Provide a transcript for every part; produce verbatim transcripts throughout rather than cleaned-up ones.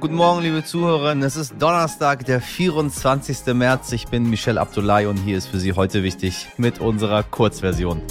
Guten Morgen, liebe Zuhörerinnen. Es ist Donnerstag, der vierundzwanzigster März. Ich bin Michel Abdullahi und hier ist für Sie heute wichtig mit unserer Kurzversion.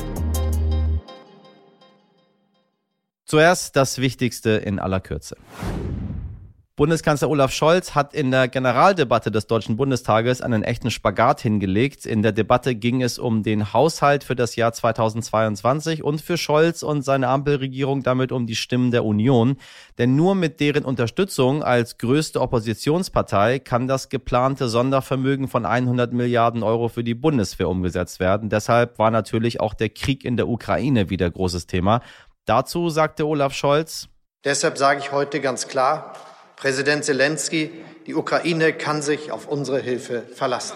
Zuerst das Wichtigste in aller Kürze. Bundeskanzler Olaf Scholz hat in der Generaldebatte des Deutschen Bundestages einen echten Spagat hingelegt. In der Debatte ging es um den Haushalt für das Jahr zweitausendzweiundzwanzig und für Scholz und seine Ampelregierung damit um die Stimmen der Union. Denn nur mit deren Unterstützung als größte Oppositionspartei kann das geplante Sondervermögen von hundert Milliarden Euro für die Bundeswehr umgesetzt werden. Deshalb war natürlich auch der Krieg in der Ukraine wieder großes Thema. Dazu sagte Olaf Scholz: Deshalb sage ich heute ganz klar, Präsident Zelensky, die Ukraine kann sich auf unsere Hilfe verlassen.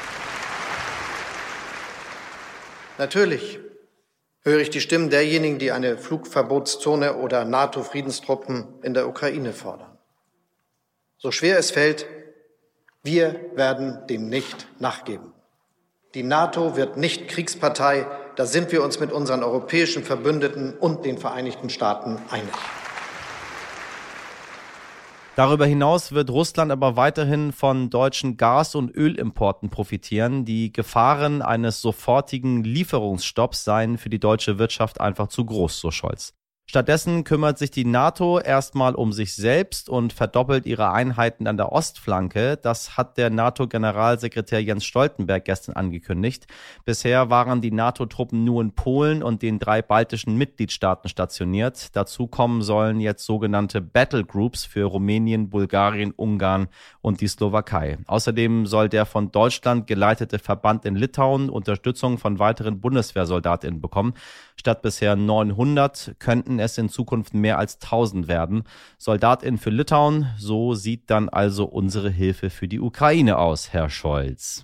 Natürlich höre ich die Stimmen derjenigen, die eine Flugverbotszone oder NATO-Friedenstruppen in der Ukraine fordern. So schwer es fällt, wir werden dem nicht nachgeben. Die NATO wird nicht Kriegspartei, da sind wir uns mit unseren europäischen Verbündeten und den Vereinigten Staaten einig. Darüber hinaus wird Russland aber weiterhin von deutschen Gas- und Ölimporten profitieren. Die Gefahren eines sofortigen Lieferungsstopps seien für die deutsche Wirtschaft einfach zu groß, so Scholz. Stattdessen kümmert sich die NATO erstmal um sich selbst und verdoppelt ihre Einheiten an der Ostflanke. Das hat der NATO-Generalsekretär Jens Stoltenberg gestern angekündigt. Bisher waren die NATO-Truppen nur in Polen und den drei baltischen Mitgliedstaaten stationiert. Dazu kommen sollen jetzt sogenannte Battle Groups für Rumänien, Bulgarien, Ungarn und die Slowakei. Außerdem soll der von Deutschland geleitete Verband in Litauen Unterstützung von weiteren BundeswehrsoldatInnen bekommen. Statt bisher neunhundert könnten es in Zukunft mehr als tausend werden. SoldatInnen für Litauen, so sieht dann also unsere Hilfe für die Ukraine aus, Herr Scholz.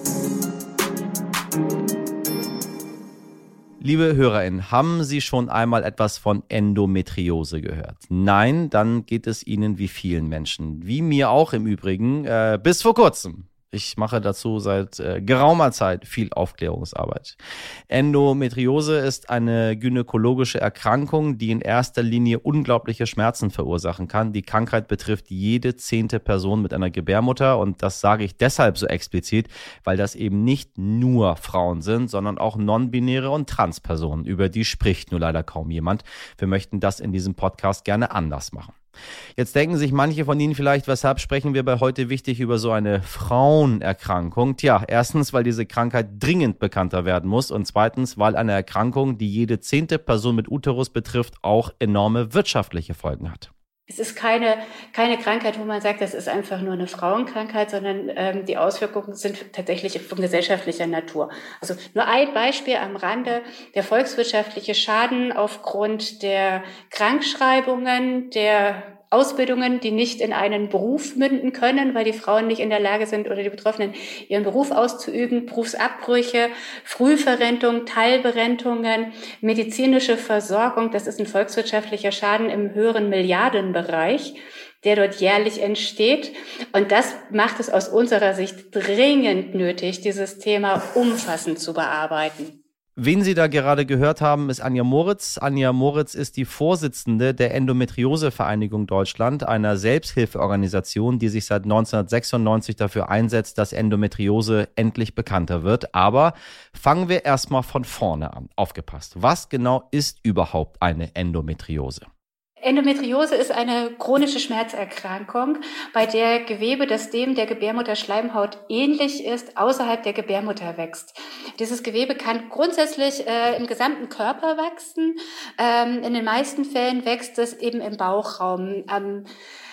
Liebe HörerInnen, haben Sie schon einmal etwas von Endometriose gehört? Nein, dann geht es Ihnen wie vielen Menschen, wie mir auch im Übrigen, äh, bis vor kurzem. Ich mache dazu seit äh, geraumer Zeit viel Aufklärungsarbeit. Endometriose ist eine gynäkologische Erkrankung, die in erster Linie unglaubliche Schmerzen verursachen kann. Die Krankheit betrifft jede zehnte Person mit einer Gebärmutter und das sage ich deshalb so explizit, weil das eben nicht nur Frauen sind, sondern auch non-binäre und Transpersonen. Über die spricht nur leider kaum jemand. Wir möchten das in diesem Podcast gerne anders machen. Jetzt denken sich manche von Ihnen vielleicht, weshalb sprechen wir bei heute wichtig über so eine Frauenerkrankung? Tja, erstens, weil diese Krankheit dringend bekannter werden muss und zweitens, weil eine Erkrankung, die jede zehnte Person mit Uterus betrifft, auch enorme wirtschaftliche Folgen hat. Es ist keine, keine Krankheit, wo man sagt, das ist einfach nur eine Frauenkrankheit, sondern ähm, die Auswirkungen sind tatsächlich von gesellschaftlicher Natur. Also nur ein Beispiel am Rande: der volkswirtschaftliche Schaden aufgrund der Krankschreibungen, der Ausbildungen, die nicht in einen Beruf münden können, weil die Frauen nicht in der Lage sind oder die Betroffenen ihren Beruf auszuüben, Berufsabbrüche, Frühverrentung, Teilberentungen, medizinische Versorgung, das ist ein volkswirtschaftlicher Schaden im höheren Milliardenbereich, der dort jährlich entsteht. Und das macht es aus unserer Sicht dringend nötig, dieses Thema umfassend zu bearbeiten. Wen Sie da gerade gehört haben, ist Anja Moritz. Anja Moritz ist die Vorsitzende der Endometriose-Vereinigung Deutschland, einer Selbsthilfeorganisation, die sich seit neunzehnhundertsechsundneunzig dafür einsetzt, dass Endometriose endlich bekannter wird. Aber fangen wir erstmal von vorne an. Aufgepasst. Was genau ist überhaupt eine Endometriose? Endometriose ist eine chronische Schmerzerkrankung, bei der Gewebe, das dem der Gebärmutterschleimhaut ähnlich ist, außerhalb der Gebärmutter wächst. Dieses Gewebe kann grundsätzlich äh, im gesamten Körper wachsen. Ähm, in den meisten Fällen wächst es eben im Bauchraum, am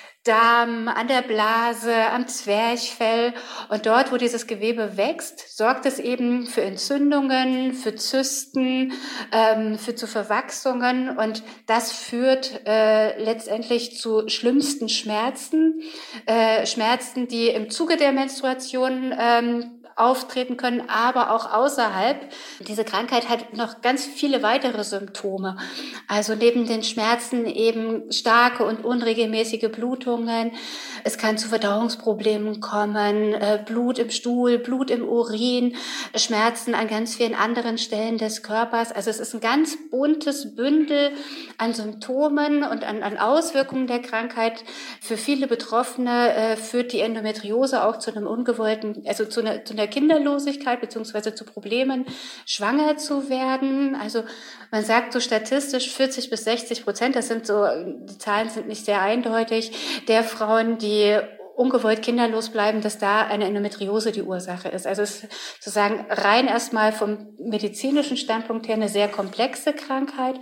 Darm, an der Blase, am Zwerchfell. Und dort, wo dieses Gewebe wächst, sorgt es eben für Entzündungen, für Zysten, ähm, für zu Verwachsungen. Und das führt äh, letztendlich zu schlimmsten Schmerzen. Äh, Schmerzen, die im Zuge der Menstruation ähm, auftreten können, aber auch außerhalb. Diese Krankheit hat noch ganz viele weitere Symptome. Also neben den Schmerzen eben starke und unregelmäßige Blutungen. Es kann zu Verdauungsproblemen kommen, Blut im Stuhl, Blut im Urin, Schmerzen an ganz vielen anderen Stellen des Körpers. Also es ist ein ganz buntes Bündel an Symptomen und an, an Auswirkungen der Krankheit. Für viele Betroffene äh, führt die Endometriose auch zu einem ungewollten, also zu einer, zu einer Kinderlosigkeit beziehungsweise zu Problemen, schwanger zu werden. Also man sagt so statistisch vierzig bis sechzig Prozent, das sind so, die Zahlen sind nicht sehr eindeutig, der Frauen, die ungewollt kinderlos bleiben, dass da eine Endometriose die Ursache ist. Also es ist sozusagen rein erstmal vom medizinischen Standpunkt her eine sehr komplexe Krankheit.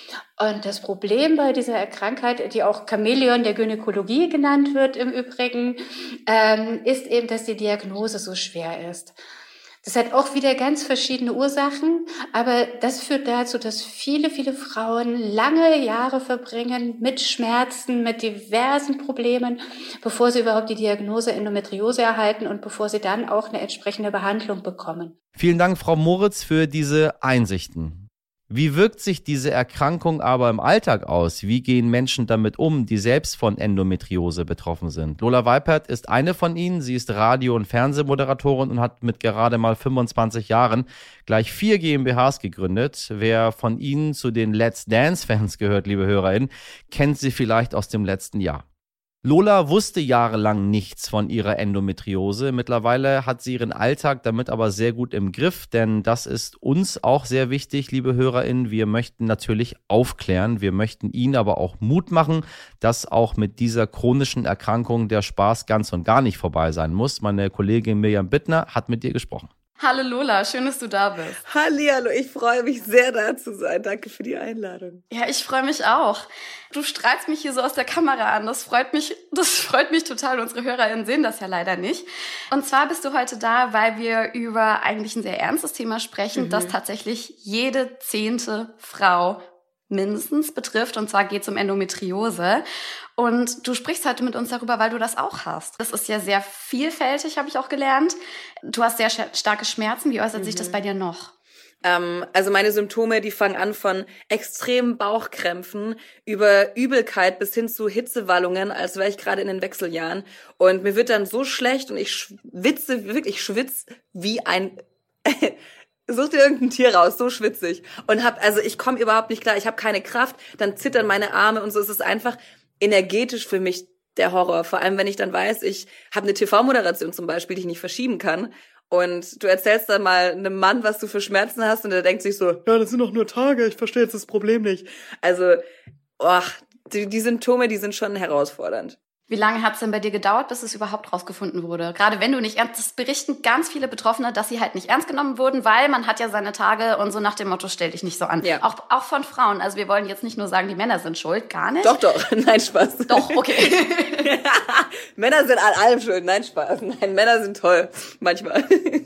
Und das Problem bei dieser Krankheit, die auch Chamäleon der Gynäkologie genannt wird im Übrigen, ähm, ist eben, dass die Diagnose so schwer ist. Das hat auch wieder ganz verschiedene Ursachen, aber das führt dazu, dass viele, viele Frauen lange Jahre verbringen mit Schmerzen, mit diversen Problemen, bevor sie überhaupt die Diagnose Endometriose erhalten und bevor sie dann auch eine entsprechende Behandlung bekommen. Vielen Dank, Frau Moritz, für diese Einsichten. Wie wirkt sich diese Erkrankung aber im Alltag aus? Wie gehen Menschen damit um, die selbst von Endometriose betroffen sind? Lola Weipert ist eine von ihnen. Sie ist Radio- und Fernsehmoderatorin und hat mit gerade mal fünfundzwanzig Jahren gleich vier GmbHs gegründet. Wer von Ihnen zu den Let's Dance-Fans gehört, liebe HörerInnen, kennt sie vielleicht aus dem letzten Jahr. Lola wusste jahrelang nichts von ihrer Endometriose. Mittlerweile hat sie ihren Alltag damit aber sehr gut im Griff, denn das ist uns auch sehr wichtig, liebe HörerInnen. Wir möchten natürlich aufklären, wir möchten Ihnen aber auch Mut machen, dass auch mit dieser chronischen Erkrankung der Spaß ganz und gar nicht vorbei sein muss. Meine Kollegin Mirjam Bittner hat mit dir gesprochen. Hallo Lola, schön, dass du da bist. Hallihallo, ich freue mich sehr, da zu sein. Danke für die Einladung. Ja, ich freue mich auch. Du strahlst mich hier so aus der Kamera an. Das freut mich, das freut mich total. Unsere HörerInnen sehen das ja leider nicht. Und zwar bist du heute da, weil wir über eigentlich ein sehr ernstes Thema sprechen, mhm. das tatsächlich jede zehnte Frau mindestens betrifft. Und zwar geht es um Endometriose. Und du sprichst heute mit uns darüber, weil du das auch hast. Das ist ja sehr vielfältig, habe ich auch gelernt. Du hast sehr starke Schmerzen. Wie äußert mhm. sich das bei dir noch? Ähm, also meine Symptome, die fangen an von extremen Bauchkrämpfen über Übelkeit bis hin zu Hitzewallungen, als wäre ich gerade in den Wechseljahren. Und mir wird dann so schlecht und ich schwitze, wirklich schwitze wie ein... Such dir irgendein Tier raus, so schwitzig. Und hab, also ich komme überhaupt nicht klar, ich habe keine Kraft, dann zittern meine Arme und so. Es ist einfach energetisch für mich der Horror. Vor allem, wenn ich dann weiß, ich habe eine T V-Moderation zum Beispiel, die ich nicht verschieben kann. Und du erzählst dann mal einem Mann, was du für Schmerzen hast und der denkt sich so, ja, das sind doch nur Tage, ich verstehe jetzt das Problem nicht. Also, oh, die, die Symptome, die sind schon herausfordernd. Wie lange hat es denn bei dir gedauert, bis es überhaupt rausgefunden wurde? Gerade wenn du nicht ernst, das berichten ganz viele Betroffene, dass sie halt nicht ernst genommen wurden, weil man hat ja seine Tage und so nach dem Motto, stell dich nicht so an. Ja. Auch, auch von Frauen. Also wir wollen jetzt nicht nur sagen, die Männer sind schuld, gar nicht. Doch, doch. Nein, Spaß. Doch, okay. Männer sind an allem schuld. Nein, Spaß. Nein, Männer sind toll. Manchmal.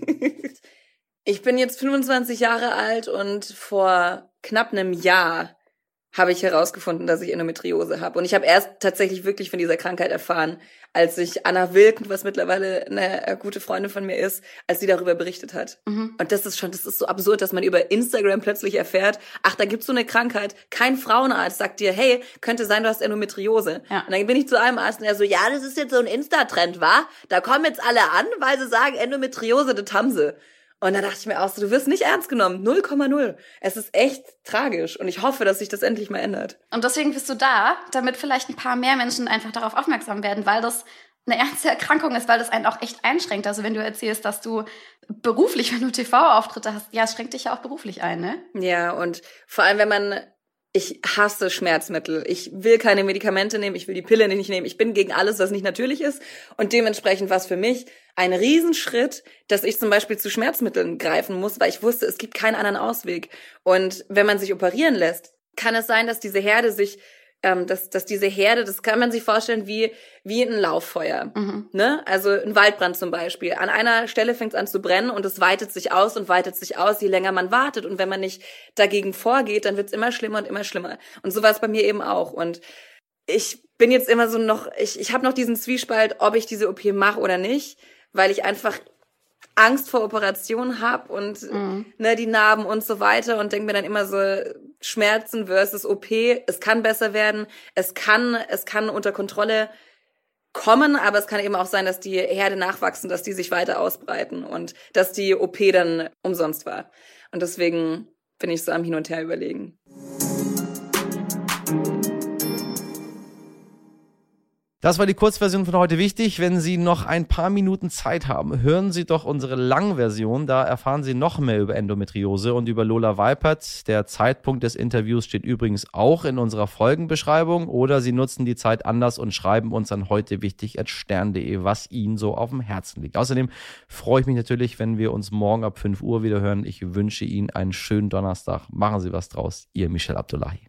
Ich bin jetzt fünfundzwanzig Jahre alt und vor knapp einem Jahr habe ich herausgefunden, dass ich Endometriose habe. Und ich habe erst tatsächlich wirklich von dieser Krankheit erfahren, als ich Anna Wilken, was mittlerweile eine gute Freundin von mir ist, als sie darüber berichtet hat. Mhm. Und das ist schon, das ist so absurd, dass man über Instagram plötzlich erfährt, ach, da gibt's so eine Krankheit, kein Frauenarzt sagt dir, hey, könnte sein, du hast Endometriose. Ja. Und dann bin ich zu einem Arzt und er so, ja, das ist jetzt so ein Insta-Trend, wa? Da kommen jetzt alle an, weil sie sagen, Endometriose, das haben sie. Und da dachte ich mir auch so, du wirst nicht ernst genommen. null Komma null. Es ist echt tragisch. Und ich hoffe, dass sich das endlich mal ändert. Und deswegen bist du da, damit vielleicht ein paar mehr Menschen einfach darauf aufmerksam werden, weil das eine ernste Erkrankung ist, weil das einen auch echt einschränkt. Also wenn du erzählst, dass du beruflich, wenn du T V-Auftritte hast, ja, es schränkt dich ja auch beruflich ein, ne? Ja, und vor allem, wenn man... Ich hasse Schmerzmittel. Ich will keine Medikamente nehmen, ich will die Pille nicht nehmen. Ich bin gegen alles, was nicht natürlich ist. Und dementsprechend war es für mich ein Riesenschritt, dass ich zum Beispiel zu Schmerzmitteln greifen muss, weil ich wusste, es gibt keinen anderen Ausweg. Und wenn man sich operieren lässt, kann es sein, dass diese Herde sich Ähm, dass, dass diese Herde, das kann man sich vorstellen wie, wie ein Lauffeuer, mhm. ne? Also ein Waldbrand zum Beispiel. An einer Stelle fängt es an zu brennen und es weitet sich aus und weitet sich aus, je länger man wartet. Und wenn man nicht dagegen vorgeht, dann wird es immer schlimmer und immer schlimmer. Und so war es bei mir eben auch. Und ich bin jetzt immer so noch, ich, ich habe noch diesen Zwiespalt, ob ich diese O P mache oder nicht, weil ich einfach Angst vor Operationen habe und mhm. ne, die Narben und so weiter und denke mir dann immer so, Schmerzen versus O P, es kann besser werden, es kann, es kann unter Kontrolle kommen, aber es kann eben auch sein, dass die Herde nachwachsen, dass die sich weiter ausbreiten und dass die O P dann umsonst war. Und deswegen bin ich so am Hin und Her überlegen. Das war die Kurzversion von heute wichtig. Wenn Sie noch ein paar Minuten Zeit haben, hören Sie doch unsere Langversion. Da erfahren Sie noch mehr über Endometriose und über Lola Weipert. Der Zeitpunkt des Interviews steht übrigens auch in unserer Folgenbeschreibung. Oder Sie nutzen die Zeit anders und schreiben uns an heute wichtig at stern punkt de, was Ihnen so auf dem Herzen liegt. Außerdem freue ich mich natürlich, wenn wir uns morgen ab fünf Uhr wieder hören. Ich wünsche Ihnen einen schönen Donnerstag. Machen Sie was draus. Ihr Michel Abdullahi.